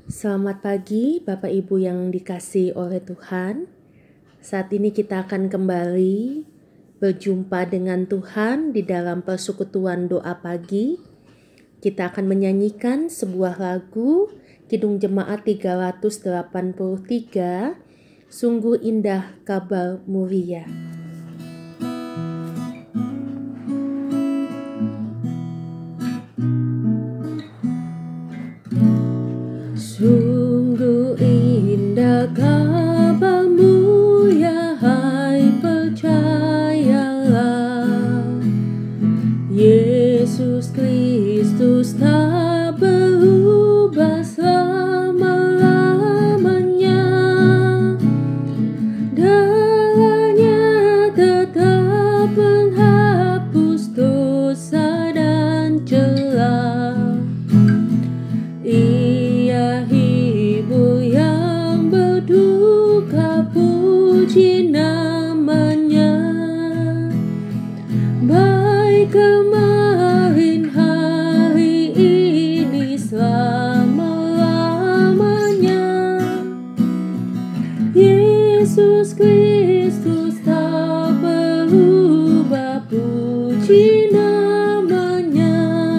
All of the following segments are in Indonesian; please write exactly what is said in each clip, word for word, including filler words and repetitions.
Selamat pagi Bapak Ibu yang dikasihi oleh Tuhan. Saat ini kita akan kembali berjumpa dengan Tuhan di dalam persekutuan doa pagi. Kita akan menyanyikan sebuah lagu Kidung Jemaat tiga ratus delapan puluh tiga, Sungguh Indah Kabar Mulia. Sungguh indah kabarmu, ya hai percayalah, Yesus Kristus tak berubah selama-lamanya. Darahnya tetap menghapus dosa dan celah. Ia hibur yang berduka, puji namanya. Baik kemarin, hari ini, selama-lamanya. Yesus Kristus tak berubah, puji namanya.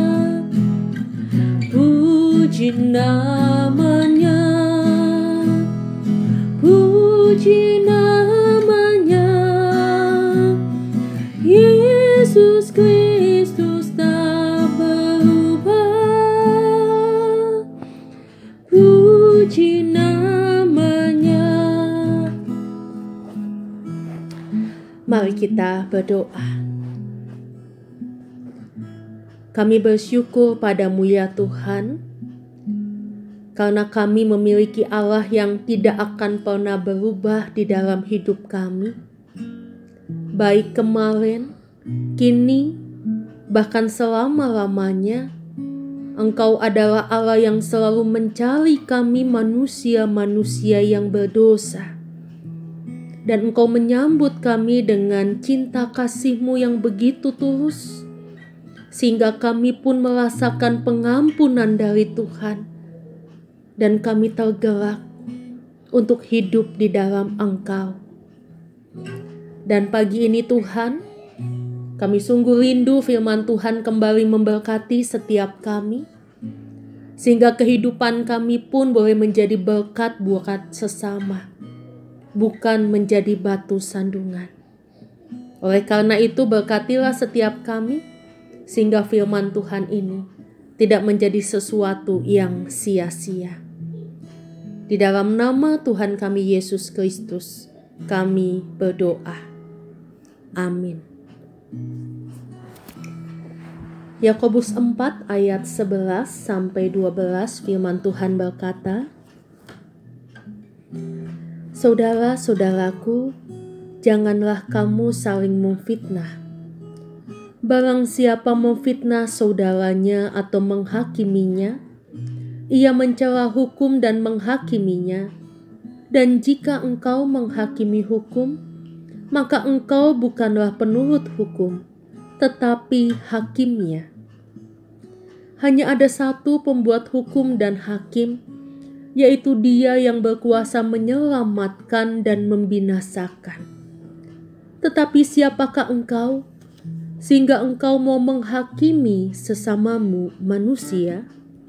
Puji namanya, puji namanya. Yesus Kristus tak berubah, puji namanya. Mari kita berdoa. Kami bersyukur padamu ya Tuhan, karena kami memiliki Allah yang tidak akan pernah berubah di dalam hidup kami. Baik kemarin, kini, bahkan selama-lamanya, Engkau adalah Allah yang selalu mencari kami manusia-manusia yang berdosa. Dan Engkau menyambut kami dengan cinta kasih-Mu yang begitu tulus, sehingga kami pun merasakan pengampunan dari Tuhan, dan kami tergerak untuk hidup di dalam Engkau. Dan pagi ini Tuhan, kami sungguh rindu firman Tuhan kembali memberkati setiap kami, sehingga kehidupan kami pun boleh menjadi berkat buat sesama, bukan menjadi batu sandungan. Oleh karena itu berkatilah setiap kami, sehingga firman Tuhan ini tidak menjadi sesuatu yang sia-sia. Di dalam nama Tuhan kami Yesus Kristus, kami berdoa. Amin. Yakobus empat ayat sebelas sampai dua belas firman Tuhan berkata, Saudara-saudaraku, janganlah kamu saling memfitnah. Barang siapa memfitnah saudaranya atau menghakiminya, ia mencela hukum dan menghakiminya. Dan jika engkau menghakimi hukum, maka engkau bukanlah penurut hukum, tetapi hakimnya. Hanya ada satu pembuat hukum dan hakim, yaitu Dia yang berkuasa menyelamatkan dan membinasakan. Tetapi siapakah engkau, sehingga engkau mau menghakimi sesamamu manusia?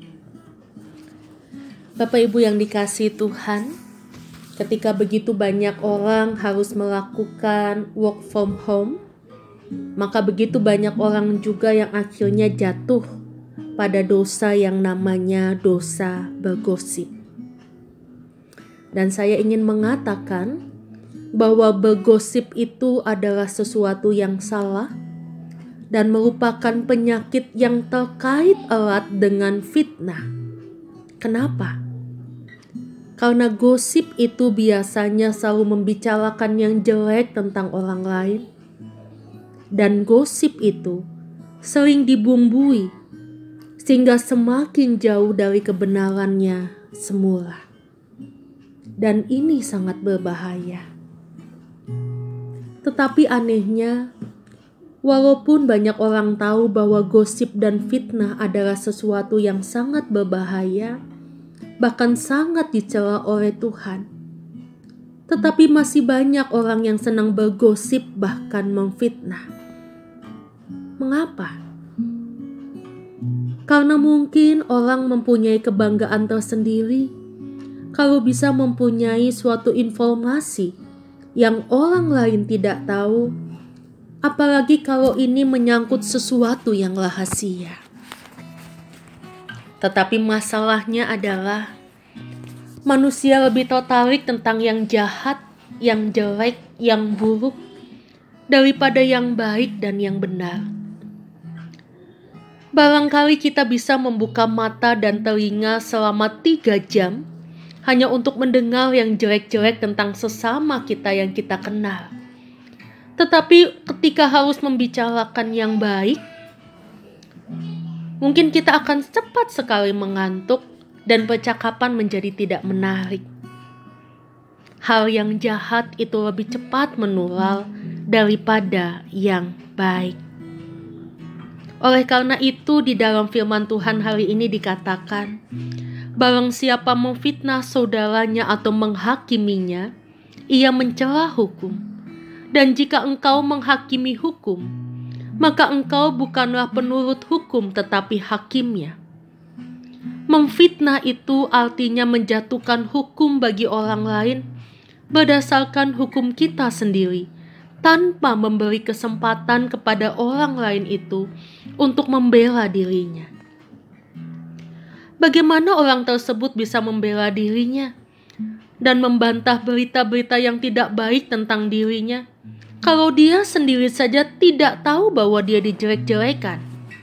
Bapak Ibu yang dikasihi Tuhan, ketika begitu banyak orang harus melakukan work from home, maka begitu banyak orang juga yang akhirnya jatuh pada dosa yang namanya dosa bergosip. Dan saya ingin mengatakan bahwa bergosip itu adalah sesuatu yang salah dan merupakan penyakit yang terkait erat dengan fitnah. Kenapa? Karena gosip itu biasanya selalu membicarakan yang jelek tentang orang lain. Dan gosip itu sering dibumbui sehingga semakin jauh dari kebenarannya semula. Dan ini sangat berbahaya. Tetapi anehnya, Walaupun banyak orang tahu bahwa gosip dan fitnah adalah sesuatu yang sangat berbahaya, bahkan sangat dicela oleh Tuhan. Tetapi masih banyak orang yang senang bergosip bahkan memfitnah. Mengapa? Karena mungkin orang mempunyai kebanggaan tersendiri kalau bisa mempunyai suatu informasi yang orang lain tidak tahu, apalagi kalau ini menyangkut sesuatu yang rahasia. Tetapi masalahnya adalah manusia lebih tertarik tentang yang jahat, yang jelek, yang buruk daripada yang baik dan yang benar. Barangkali kita bisa membuka mata dan telinga selama tiga jam hanya untuk mendengar yang jelek-jelek tentang sesama kita yang kita kenal. Tetapi ketika harus membicarakan yang baik, mungkin kita akan cepat sekali mengantuk dan percakapan menjadi tidak menarik. Hal yang jahat itu lebih cepat menular daripada yang baik. Oleh karena itu di dalam firman Tuhan hari ini dikatakan, barang siapa memfitnah saudaranya atau menghakiminya, ia mencela hukum. Dan jika engkau menghakimi hukum, maka engkau bukanlah penurut hukum tetapi hakimnya. Memfitnah itu artinya menjatuhkan hukum bagi orang lain berdasarkan hukum kita sendiri, tanpa memberi kesempatan kepada orang lain itu untuk membela dirinya. Bagaimana orang tersebut bisa membela dirinya dan membantah berita-berita yang tidak baik tentang dirinya kalau dia sendiri saja tidak tahu bahwa dia dijelek-jelekan?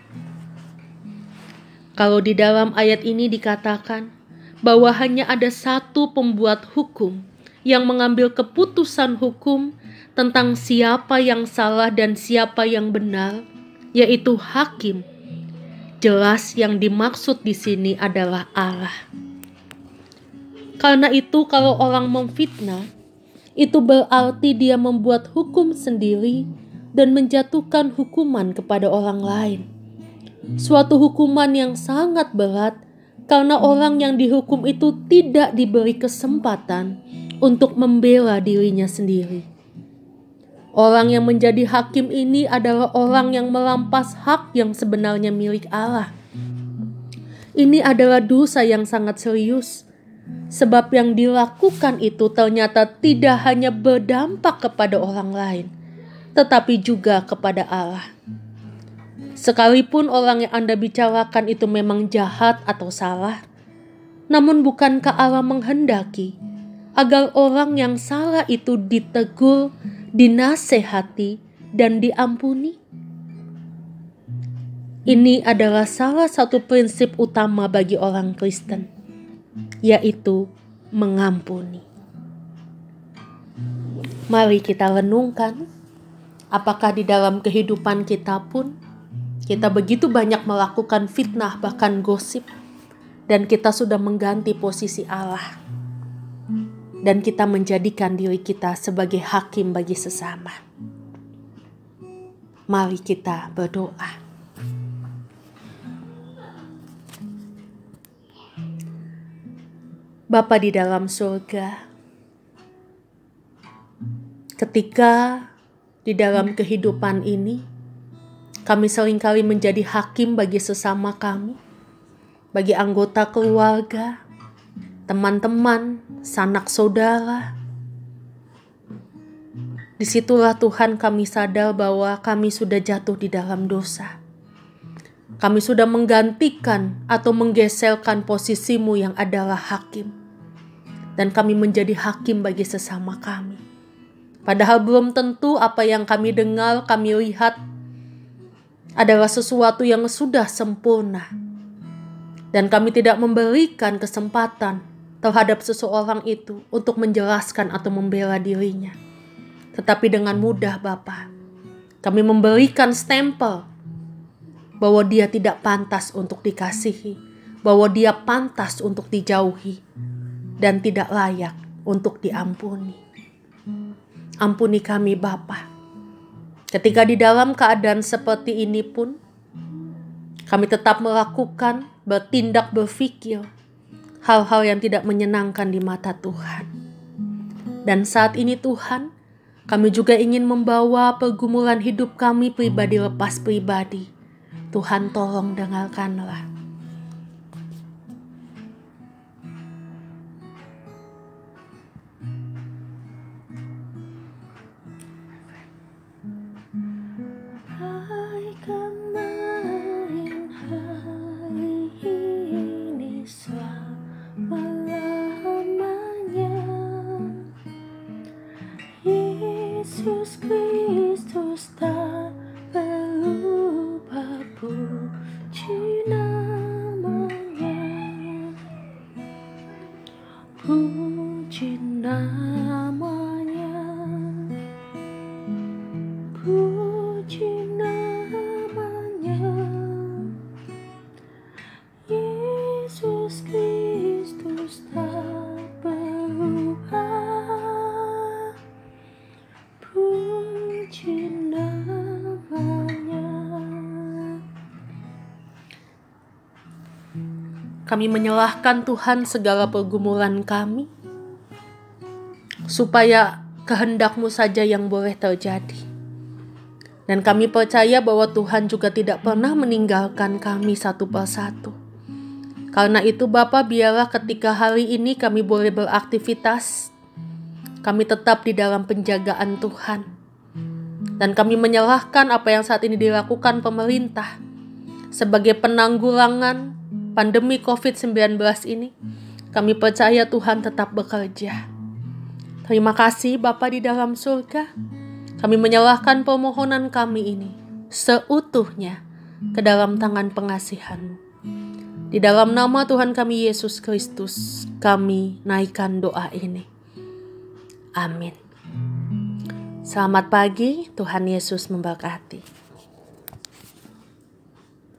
Kalau di dalam ayat ini dikatakan bahwa hanya ada satu pembuat hukum yang mengambil keputusan hukum tentang siapa yang salah dan siapa yang benar, yaitu hakim. Jelas yang dimaksud di sini adalah Allah. Karena itu kalau orang memfitnah, itu berarti dia membuat hukum sendiri dan menjatuhkan hukuman kepada orang lain. Suatu hukuman yang sangat berat karena orang yang dihukum itu tidak diberi kesempatan untuk membela dirinya sendiri. Orang yang menjadi hakim ini adalah orang yang merampas hak yang sebenarnya milik Allah. Ini adalah dosa yang sangat serius, sebab yang dilakukan itu ternyata tidak hanya berdampak kepada orang lain, tetapi juga kepada Allah. Sekalipun orang yang Anda bicarakan itu memang jahat atau salah, namun bukankah Allah menghendaki agar orang yang salah itu ditegur, dinasehati, dan diampuni? Ini adalah salah satu prinsip utama bagi orang Kristen, yaitu mengampuni. Mari kita renungkan, apakah di dalam kehidupan kita pun kita begitu banyak melakukan fitnah bahkan gosip, dan kita sudah mengganti posisi Allah, dan kita menjadikan diri kita sebagai hakim bagi sesama. Mari kita berdoa. Bapa di dalam surga, ketika di dalam kehidupan ini kami seringkali menjadi hakim bagi sesama kami, bagi anggota keluarga, teman-teman, sanak saudara. Disitulah Tuhan kami sadar bahwa kami sudah jatuh di dalam dosa. Kami sudah menggantikan atau menggeserkan posisimu yang adalah hakim. Dan kami menjadi hakim bagi sesama kami. Padahal belum tentu apa yang kami dengar, kami lihat adalah sesuatu yang sudah sempurna. Dan kami tidak memberikan kesempatan terhadap seseorang itu untuk menjelaskan atau membela dirinya. Tetapi dengan mudah Bapa, kami memberikan stempel bahwa dia tidak pantas untuk dikasihi, bahwa dia pantas untuk dijauhi, dan tidak layak untuk diampuni. Ampuni kami Bapa. Ketika di dalam keadaan seperti ini pun, kami tetap melakukan, bertindak, berpikir hal-hal yang tidak menyenangkan di mata Tuhan. Dan saat ini Tuhan, kami juga ingin membawa pergumulan hidup kami pribadi lepas pribadi. Tuhan tolong dengarkanlah. Yesus Kristus tak berubah, puji namanya, puji namanya, puji namanya. Yesus Kristus tak berubah, puji namanya. Kami menyerahkan Tuhan segala pergumulan kami, supaya kehendak-Mu saja yang boleh terjadi. Dan kami percaya bahwa Tuhan juga tidak pernah meninggalkan kami satu persatu. Karena itu Bapa, biarlah ketika hari ini kami boleh beraktivitas, kami tetap di dalam penjagaan Tuhan. Dan kami menyerahkan apa yang saat ini dilakukan pemerintah sebagai penanggulangan pandemi covid sembilan belas ini. Kami percaya Tuhan tetap bekerja. Terima kasih Bapa di dalam surga. Kami menyerahkan permohonan kami ini seutuhnya ke dalam tangan pengasihan-Mu. Di dalam nama Tuhan kami Yesus Kristus, kami naikkan doa ini. Amin. Selamat pagi, Tuhan Yesus memberkati.